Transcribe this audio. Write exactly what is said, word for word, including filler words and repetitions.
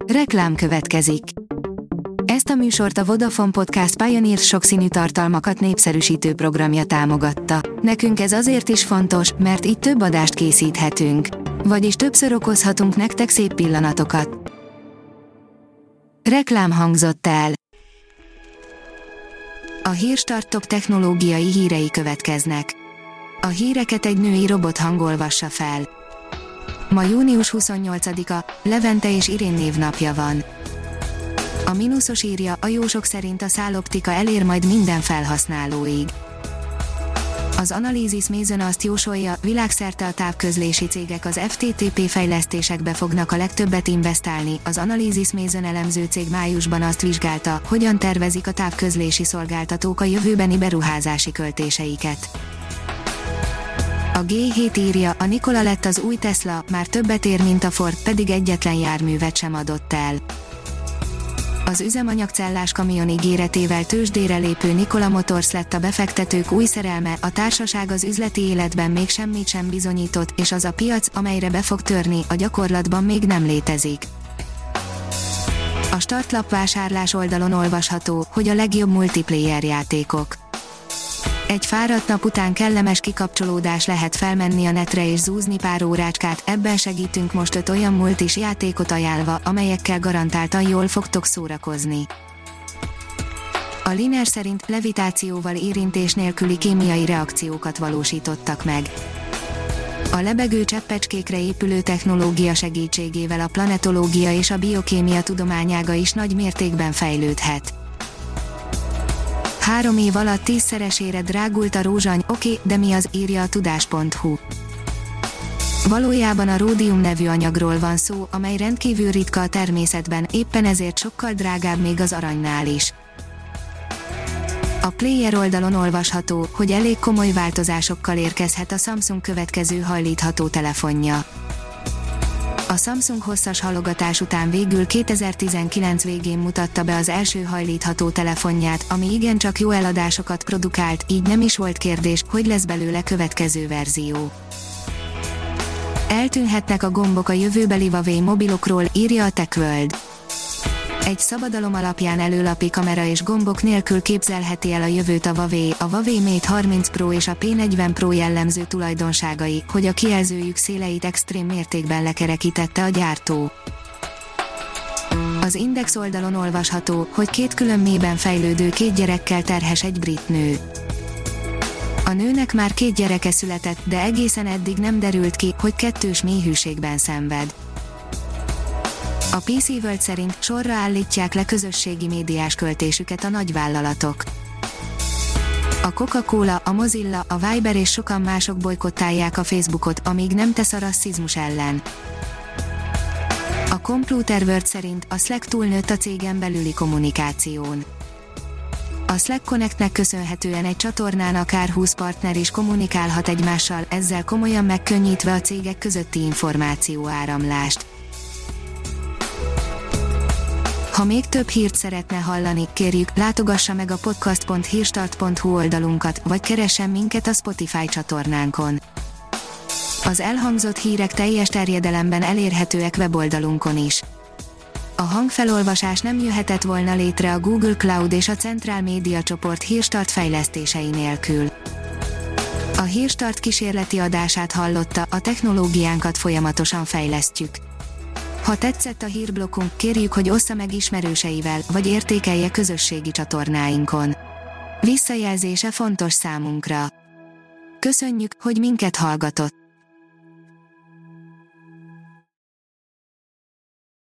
Reklám következik. Ezt a műsort a Vodafone Podcast Pioneer sokszínű tartalmakat népszerűsítő programja támogatta. Nekünk ez azért is fontos, mert így több adást készíthetünk. Vagyis többször okozhatunk nektek szép pillanatokat. Reklám hangzott el. A Hírstart top technológiai hírei következnek. A híreket egy női robot hangolvassa fel. Ma június huszonnyolcadika, Levente és Irén névnapja van. A Minusos írja, a jósok szerint a száloptika elér majd minden felhasználóig. Az Analysis Mason azt jósolja, világszerte a távközlési cégek az ef té té pé fejlesztésekbe fognak a legtöbbet investálni. Az Analysis Mason elemző cég májusban azt vizsgálta, hogyan tervezik a távközlési szolgáltatók a jövőbeni beruházási költéseiket. A gé hét írja, a Nikola lett az új Tesla, már többet ér, mint a Ford, pedig egyetlen járművet sem adott el. Az üzemanyagcellás kamion ígéretével tőzsdére lépő Nikola Motors lett a befektetők új szerelme, a társaság az üzleti életben még semmit sem bizonyított, és az a piac, amelyre be fog törni, a gyakorlatban még nem létezik. A startlap vásárlás oldalon olvasható, hogy a legjobb multiplayer játékok. Egy fáradt nap után kellemes kikapcsolódás lehet felmenni a netre és zúzni pár órácskát, ebben segítünk most öt olyan multis játékot ajánlva, amelyekkel garantáltan jól fogtok szórakozni. A Liner szerint levitációval érintés nélküli kémiai reakciókat valósítottak meg. A lebegő cseppecskékre épülő technológia segítségével a planetológia és a biokémia tudományága is nagy mértékben fejlődhet. Három év alatt tízszeresére drágult a rózsany, oké, de mi az, írja a tudás pont hu. Valójában a ródium nevű anyagról van szó, amely rendkívül ritka a természetben, éppen ezért sokkal drágább még az aranynál is. A Player oldalon olvasható, hogy elég komoly változásokkal érkezhet a Samsung következő hajlítható telefonja. A Samsung hosszas halogatás után végül kétezer-tizenkilenc végén mutatta be az első hajlítható telefonját, ami igencsak jó eladásokat produkált, így nem is volt kérdés, hogy lesz belőle következő verzió. Eltűnhetnek a gombok a jövőbeli Huawei mobilokról, írja a TechWorld. Egy szabadalom alapján előlapi kamera és gombok nélkül képzelheti el a jövőt a Huawei, a Huawei Mate harminc Pro és a P negyven Pro jellemző tulajdonságai, hogy a kijelzőjük széleit extrém mértékben lekerekítette a gyártó. Az Index oldalon olvasható, hogy két külön mélyben fejlődő két gyerekkel terhes egy brit nő. A nőnek már két gyereke született, de egészen eddig nem derült ki, hogy kettős méhűségben szenved. A pé cé World szerint sorra állítják le közösségi médiás költésüket a nagyvállalatok. A Coca-Cola, a Mozilla, a Viber és sokan mások bojkottálják a Facebookot, amíg nem tesz a rasszizmus ellen. A Computer World szerint a Slack túlnőtt a cégen belüli kommunikáción. A Slack Connectnek köszönhetően egy csatornán akár húsz partner is kommunikálhat egymással, ezzel komolyan megkönnyítve a cégek közötti információáramlást. Ha még több hírt szeretne hallani, kérjük, látogassa meg a podcast pont hírstart pont hu oldalunkat, vagy keressen minket a Spotify csatornánkon. Az elhangzott hírek teljes terjedelemben elérhetőek weboldalunkon is. A hangfelolvasás nem jöhetett volna létre a Google Cloud és a Central Media csoport Hírstart fejlesztései nélkül. A Hírstart kísérleti adását hallotta, a technológiánkat folyamatosan fejlesztjük. Ha tetszett a hírblokkunk, kérjük, hogy ossza meg ismerőseivel, vagy értékelje közösségi csatornáinkon. Visszajelzése fontos számunkra. Köszönjük, hogy minket hallgatott!